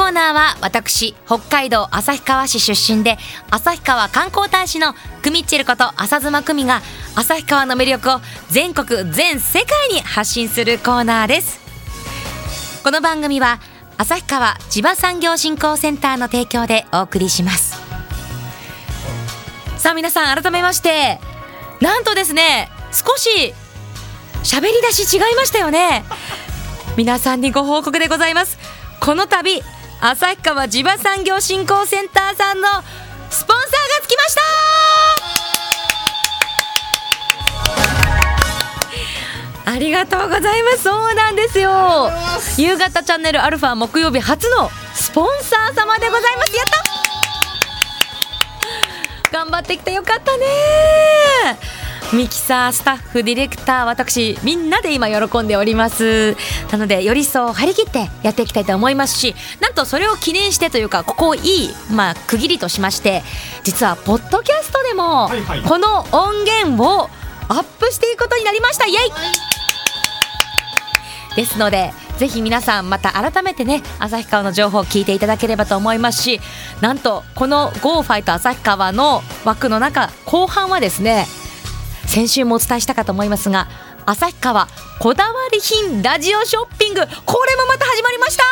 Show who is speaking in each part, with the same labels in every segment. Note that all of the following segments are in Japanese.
Speaker 1: コーナーは私北海道旭川市出身で旭川観光大使のクミッチェルこと浅妻久美が旭川の魅力を全国全世界に発信するコーナーです。この番組は旭川地場産業振興センターの提供でお送りします。さあ皆さん、改めましてなんとですね、少し喋り出し違いましたよね。皆さんにご報告でございます。この度旭川地場産業振興センターさんのスポンサーがつきました。ありがとうございます。そうなんですよ、夕方チャンネルアルファ木曜日初のスポンサー様でございます。やった、頑張ってきてよかったね。ミキサー、スタッフ、ディレクター、私みんなで今喜んでおります。なのでより一層張り切ってやっていきたいと思いますし、なんとそれを記念してというか、ここをいい、区切りとしまして、実はポッドキャストでもこの音源をアップしていくことになりました。イエイ、ですのでぜひ皆さんまた改めてね、旭川の情報を聞いていただければと思いますし、なんとこの Go ファイト旭川の枠の中、後半はですね、先週もお伝えしたかと思いますが、旭川こだわり品ラジオショッピング、これもまた始まりました。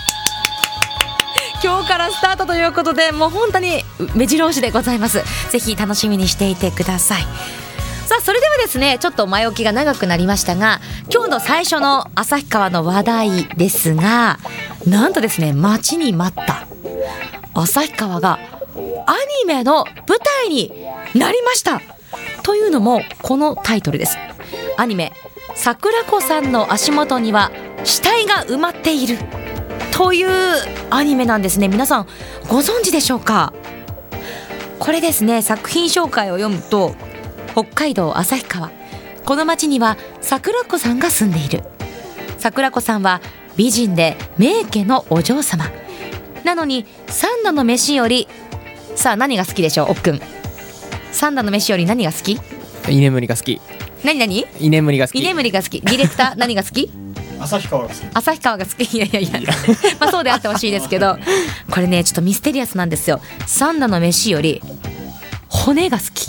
Speaker 1: 今日からスタートということで、もう本当に目白押しでございます。ぜひ楽しみにしていてください。さあそれではですね、ちょっと前置きが長くなりましたが、今日の最初の旭川の話題ですが、なんとですね、待ちに待った旭川がアニメの舞台になりました。というのもこのタイトルです。アニメ桜子さんの足元には死体が埋まっているというアニメなんですね。皆さんご存知でしょうか。これですね、作品紹介を読むと、北海道旭川、この町には桜子さんが住んでいる。桜子さんは美人で名家のお嬢様なのに、三度の飯より、さあ何が好きでしょう、おっくん。三度の飯より何が好き？
Speaker 2: 居眠りが好き。
Speaker 1: 何？
Speaker 2: 居眠りが好き。
Speaker 1: 居眠りが好き。ディレクター何が好き？
Speaker 3: 旭川が好き。
Speaker 1: 旭川が好き。いやそうであってほしいですけど、これねちょっとミステリアスなんですよ。三度の飯より骨が好き。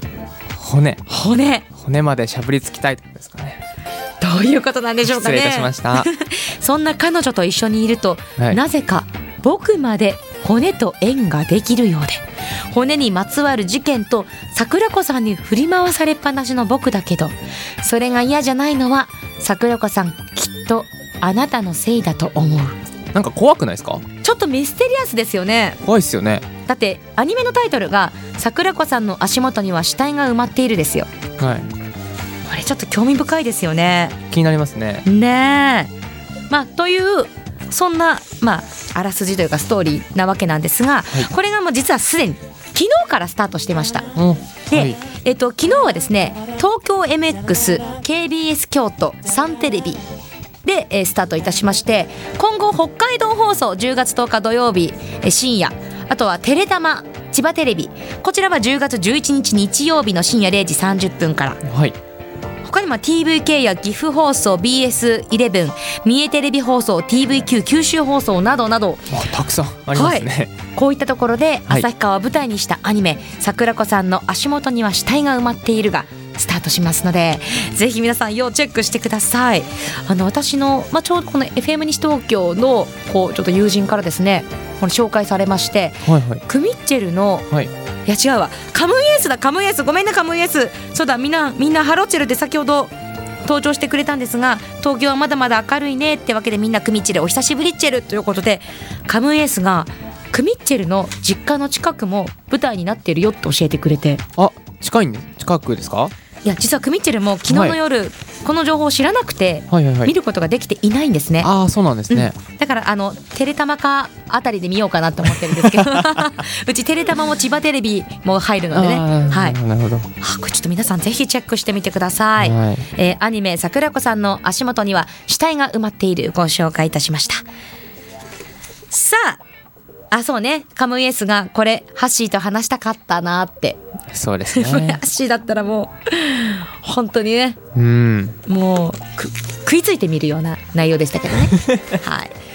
Speaker 2: 骨までしゃぶりつきたいってことですかね。
Speaker 1: どういうことなんでしょうかね。
Speaker 2: 失礼いたしました
Speaker 1: そんな彼女と一緒にいると、なぜか僕まで骨と縁ができるようで、骨にまつわる事件と桜子さんに振り回されっぱなしの僕だけど、それが嫌じゃないのは桜子さん、きっとあなたのせいだと思う。
Speaker 2: なんか怖くないですか？
Speaker 1: ちょっとミステリアスですよね。
Speaker 2: 怖いですよね。
Speaker 1: だってアニメのタイトルが桜子さんの足元には死体が埋まっているですよ。
Speaker 2: はい。
Speaker 1: これちょっと興味深いですよね。
Speaker 2: 気になりますね。
Speaker 1: ねえ。というそんなあらすじというかストーリーなわけなんですが、これがもう実はすでに昨日からスタートしてました。で、昨日はですね、東京 MX、KBS 京都、サンテレビでスタートいたしまして、今後北海道放送10月10日土曜日深夜、あとはテレタマ千葉テレビ、こちらは10月11日日曜日の深夜0時30分から、他にも TVK や岐阜放送、 BS11、 三重テレビ放送、 TVQ 九州放送などなど、
Speaker 2: たくさんありますね。
Speaker 1: こういったところで旭川を舞台にしたアニメ、桜子さんの足元には死体が埋まっているがスタートしますので、ぜひ皆さん要チェックしてください。私の、ちょうどこの FM 西東京のちょっと友人からですね、これ紹介されまして、クミッチェルの、いや違うわ、カムイエースだ、カムイエース、ごめんねカムイエース、そうだ、みんなハロチェルで先ほど登場してくれたんですが、東京はまだまだ明るいねってわけで、みんなクミッチェルお久しぶりっちェルということで、カムイエースがクミッチェルの実家の近くも舞台になってるよって教えてくれて。
Speaker 2: 近いんです、近くですか？
Speaker 1: いや実はクミッチェルも昨日の夜、この情報を知らなくて、見ることができていないんですね。
Speaker 2: そうなんですね。
Speaker 1: だからテレタマかあたりで見ようかなと思ってるんですけどうちテレタマも千葉テレビも入るのでね。なるほど。これちょっと皆さんぜひチェックしてみてください。アニメ桜子さんの足元には死体が埋まっている、ご紹介いたしました。さあ、そうね、カムイエスがこれハッシーと話したかったなって。
Speaker 2: そうですね。
Speaker 1: ハッシーだったらもう本当にね、もう食いついてみるような内容でしたけどねはい。さ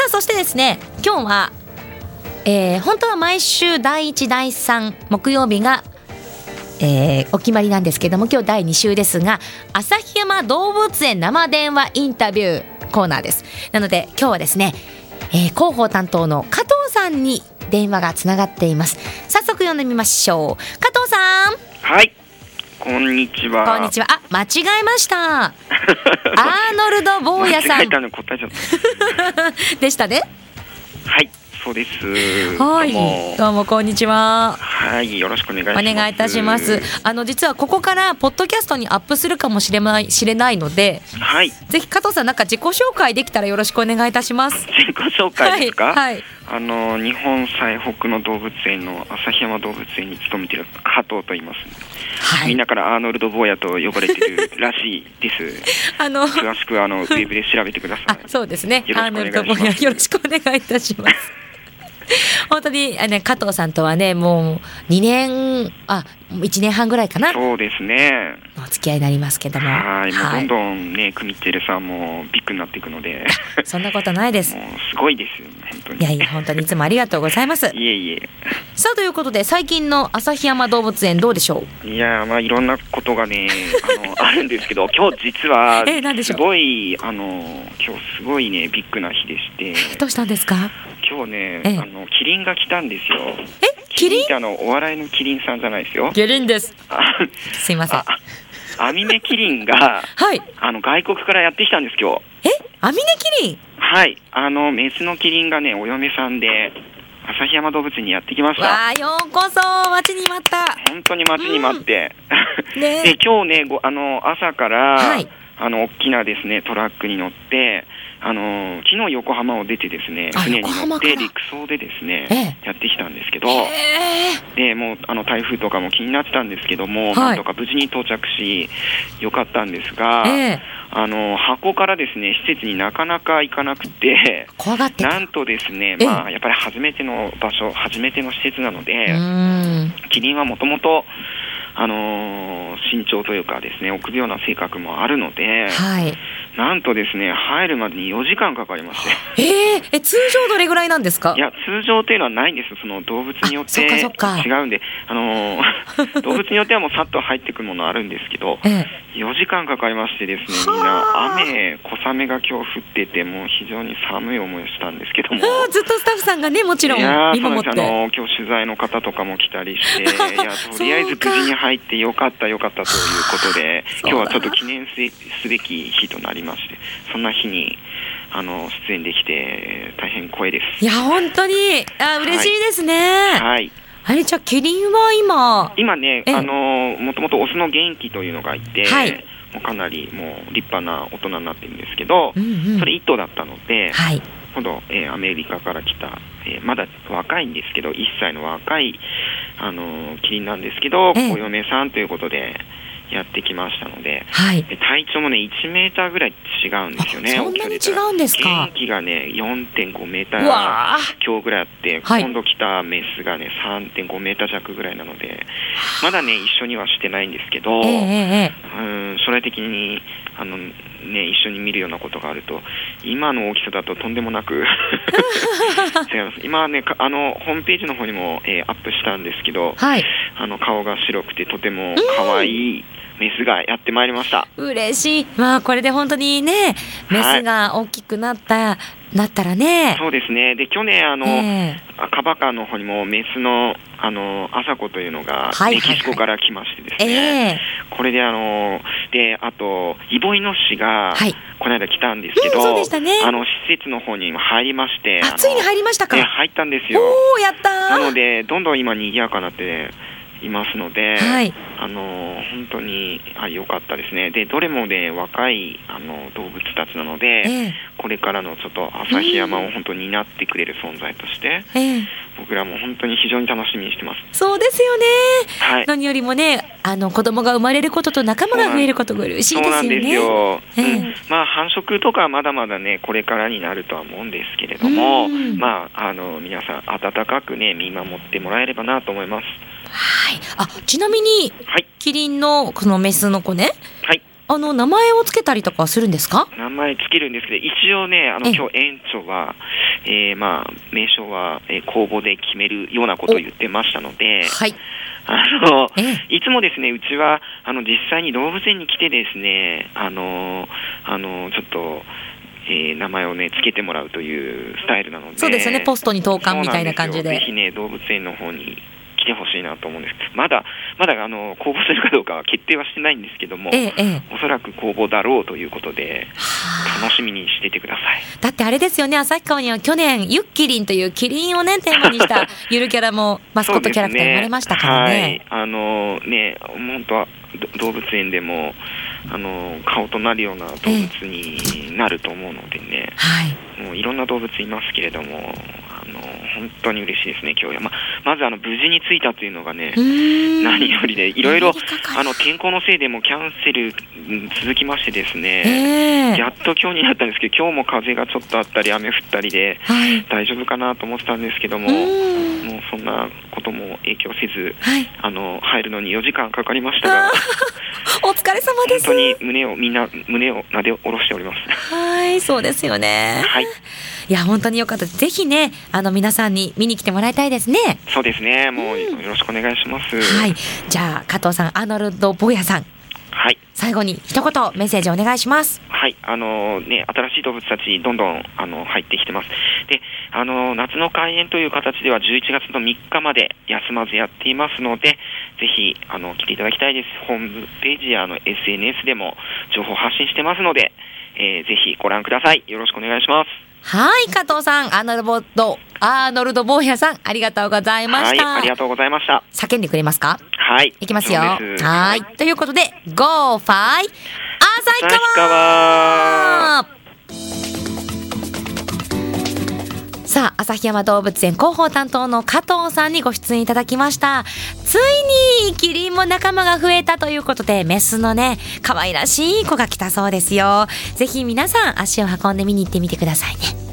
Speaker 1: さあそしてですね、今日は、本当は毎週第1第3木曜日が、お決まりなんですけども、今日第2週ですが、旭山動物園生電話インタビューコーナーです。なので今日はですね、広報担当の加藤さんに電話がつながっています。早速呼んでみましょう。加藤さん。
Speaker 3: はい、こんにちは。
Speaker 1: こんにちは。あ、間違えましたアーノルド・坊やさん
Speaker 3: 間違えたの答えちゃった
Speaker 1: でしたね。
Speaker 3: はい、そうです。
Speaker 1: はい、どうもこんにちは。
Speaker 3: はい、よろしくお願いします。
Speaker 1: お願いいたします。実はここからポッドキャストにアップするかもしれないので、
Speaker 3: はい、
Speaker 1: ぜひ加藤さん、なんか自己紹介できたらよろしくお願いいたします。
Speaker 3: 自己紹介ですか？
Speaker 1: はい、
Speaker 3: 日本最北の動物園の旭山動物園に勤めている加藤と言います。はい、みんなからアーノルド・坊やと呼ばれているらしいです。詳しくウェブで調べてください。
Speaker 1: そうですね。アーノルド・坊や、よろしくお願いいたします。本当に加藤さんとはね、もう1年半ぐらいかな。
Speaker 3: そうですね。
Speaker 1: お付き合いになりますけども、
Speaker 3: はい、もうどんどんね、クミッチェルさんもビッグになっていくので
Speaker 1: そんなことないです。
Speaker 3: もうすごいですよ、本当に。
Speaker 1: いやいや、本当にいつもありがとうございます。
Speaker 3: いえいえ。
Speaker 1: さあ、ということで最近の旭山動物園どうでしょう？
Speaker 3: いや、いろんなことがねあるんですけど、今日実はすごい今日すごいねビッグな日でして。
Speaker 1: どうしたんですか？
Speaker 3: 今日ね、キリンが来たんですよ。
Speaker 1: キリン
Speaker 3: ってお笑いのキリンさんじゃないですよ。
Speaker 1: キリンです。すいません。
Speaker 3: アミメキリンが、
Speaker 1: はい、
Speaker 3: 外国からやってきたんです今日。
Speaker 1: アミネキリン？
Speaker 3: はい、メスのキリンがねお嫁さんで旭山動物園にやってきました。
Speaker 1: わあ、ようこそ。待ちに待った。
Speaker 3: 本当に待ちに待って、で今日ね朝から、はい、大きなですねトラックに乗って昨日横浜を出てですね、船に乗って陸送でですね、やってきたんですけど、でもう台風とかも気になってたんですけども、なんとか無事に到着しよかったんですが、箱からですね施設になかなか行かなくて、
Speaker 1: 怖がってた。
Speaker 3: なんとですね、やっぱり初めての場所、初めての施設なので、キリンはもともと慎重というかですね、臆病な性格もあるので、はい、なんとですね入るまでに4時間かかりまして。
Speaker 1: 通常どれぐらいなんですか？
Speaker 3: いや、通常というのはないんです。その動物によって違うんで、動物によってはもうさっと入ってくるものあるんですけど、4時間かかりましてですね、みんな小雨が今日降ってて、もう非常に寒い思いをしたんですけども、
Speaker 1: ずっとスタッフさんがね、もちろん見守って、
Speaker 3: 今日取材の方とかも来たりして、いや、とりあえず無事に入ってよかったということで今日はちょっと記念すべき日となりまして、そんな日に出演できて大変光栄です。
Speaker 1: いや、本当に嬉しいですね。はい、あれ、じゃあキリンは
Speaker 3: 今ね、もともとオスの元気というのがいて、はい、もうかなりもう立派な大人になってるんですけど、それ1頭だったので、はい、今度、アメリカから来た、まだ若いんですけど、1歳の若いキリンなんですけど、お嫁さんということでやってきましたので、はい、体長もね1メーターぐらい違うんですよね。
Speaker 1: そんなに違うんですか？
Speaker 3: 元気がね 4.5 メーター強ぐらいあって、今度来たメスがね 3.5 メーター弱ぐらいなので、まだね一緒にはしてないんですけど、将来的に一緒に見るようなことがあると、今の大きさだととんでもなく違います。今はねホームページの方にも、アップしたんですけど、はい、顔が白くてとても可愛いメスがやってまいりました。
Speaker 1: 嬉しい。これで本当にね、メスが大きくなったらね。
Speaker 3: そうですね。で、去年カバカの方にもメスの朝子というのがメキシコから来ましてですね、これでで、あとイボイノシシがこの間来たんですけど、
Speaker 1: そうでしたね、
Speaker 3: 施設の方に入りまして、
Speaker 1: ついに入りましたか？
Speaker 3: 入ったんですよ。
Speaker 1: おー、やったー。
Speaker 3: なのでどんどん今賑やかになっていますので、はい、本当に良かったですね。で、どれもね若い動物たちなので、これからのちょっと旭山を本当に担ってくれる存在として、僕らも本当に非常に楽しみにしてます。
Speaker 1: そうですよね、
Speaker 3: はい、
Speaker 1: 何よりもね、子供が生まれることと仲間が増えることが嬉しいですよね。
Speaker 3: そうなんですよ、繁殖とかはまだまだねこれからになるとは思うんですけれども、皆さん温かくね見守ってもらえればなと思います。
Speaker 1: はい。ちなみに、はい、キリンのこのメスの子ね、はい、 名前をつけたりとかするんですか？
Speaker 3: 名前つけるんですけど、一応ね、今日園長は、名称は、公募で決めるようなことを言ってましたので、
Speaker 1: はい。
Speaker 3: いつもですね、うちは実際に動物園に来てですね、ちょっと、名前をねつけてもらうというスタイルなので、
Speaker 1: そうですよね、ポストに投函みたいな感じで。
Speaker 3: ぜひね、動物園の方に来てほしいなと思うんですけど、まだ公募するかどうかは決定はしてないんですけども、おそらく公募だろうということで、楽しみにしていてください。
Speaker 1: だってあれですよね、旭川には去年ユッキリンというキリンをねテーマにしたゆるキャラもマスコットキャラクター生まれましたからね。
Speaker 3: はい、本当は動物園でも顔となるような動物になると思うのでね、もういろんな動物いますけれども、本当に嬉しいですね、今日は。まず無事に着いたというのがね、何よりで、いろいろ天候のせいでもキャンセル続きましてですね、やっと今日になったんですけど、今日も風がちょっとあったり雨降ったりで、大丈夫かなと思ってたんですけども、もうそんなことも影響せず、入るのに4時間かかりましたが
Speaker 1: お疲れ様です。
Speaker 3: 本当に胸をなで下ろしております。
Speaker 1: はい、そうですよね。
Speaker 3: はい。
Speaker 1: いや本当に良かったです。ぜひね、皆さんに見に来てもらいたいですね。
Speaker 3: そうですね。もうよろしくお願いします。
Speaker 1: はい。じゃあ加藤さん、アーノルド・ボーヤさん。
Speaker 3: はい。
Speaker 1: 最後に一言メッセージお願いします。
Speaker 3: はい。新しい動物たちどんどん入ってきてます。で、夏の開園という形では11月の3日まで休まずやっていますので、ぜひ来ていただきたいです。ホームページやSNS でも情報発信してますので、ぜひご覧ください。よろしくお願いします。
Speaker 1: はい、加藤さん、アーノルド・ボーヤさん、ありがとうございました。
Speaker 3: はい、ありがとうございました。
Speaker 1: 叫んでくれますか？
Speaker 3: はい。
Speaker 1: いきますよ。はい。ということで、ゴーファイ、旭川。さあ、旭山動物園広報担当の加藤さんにご出演いただきました。ついにキリンも仲間が増えたということで、メスのね、可愛らしい子が来たそうですよ。ぜひ皆さん足を運んで見に行ってみてくださいね。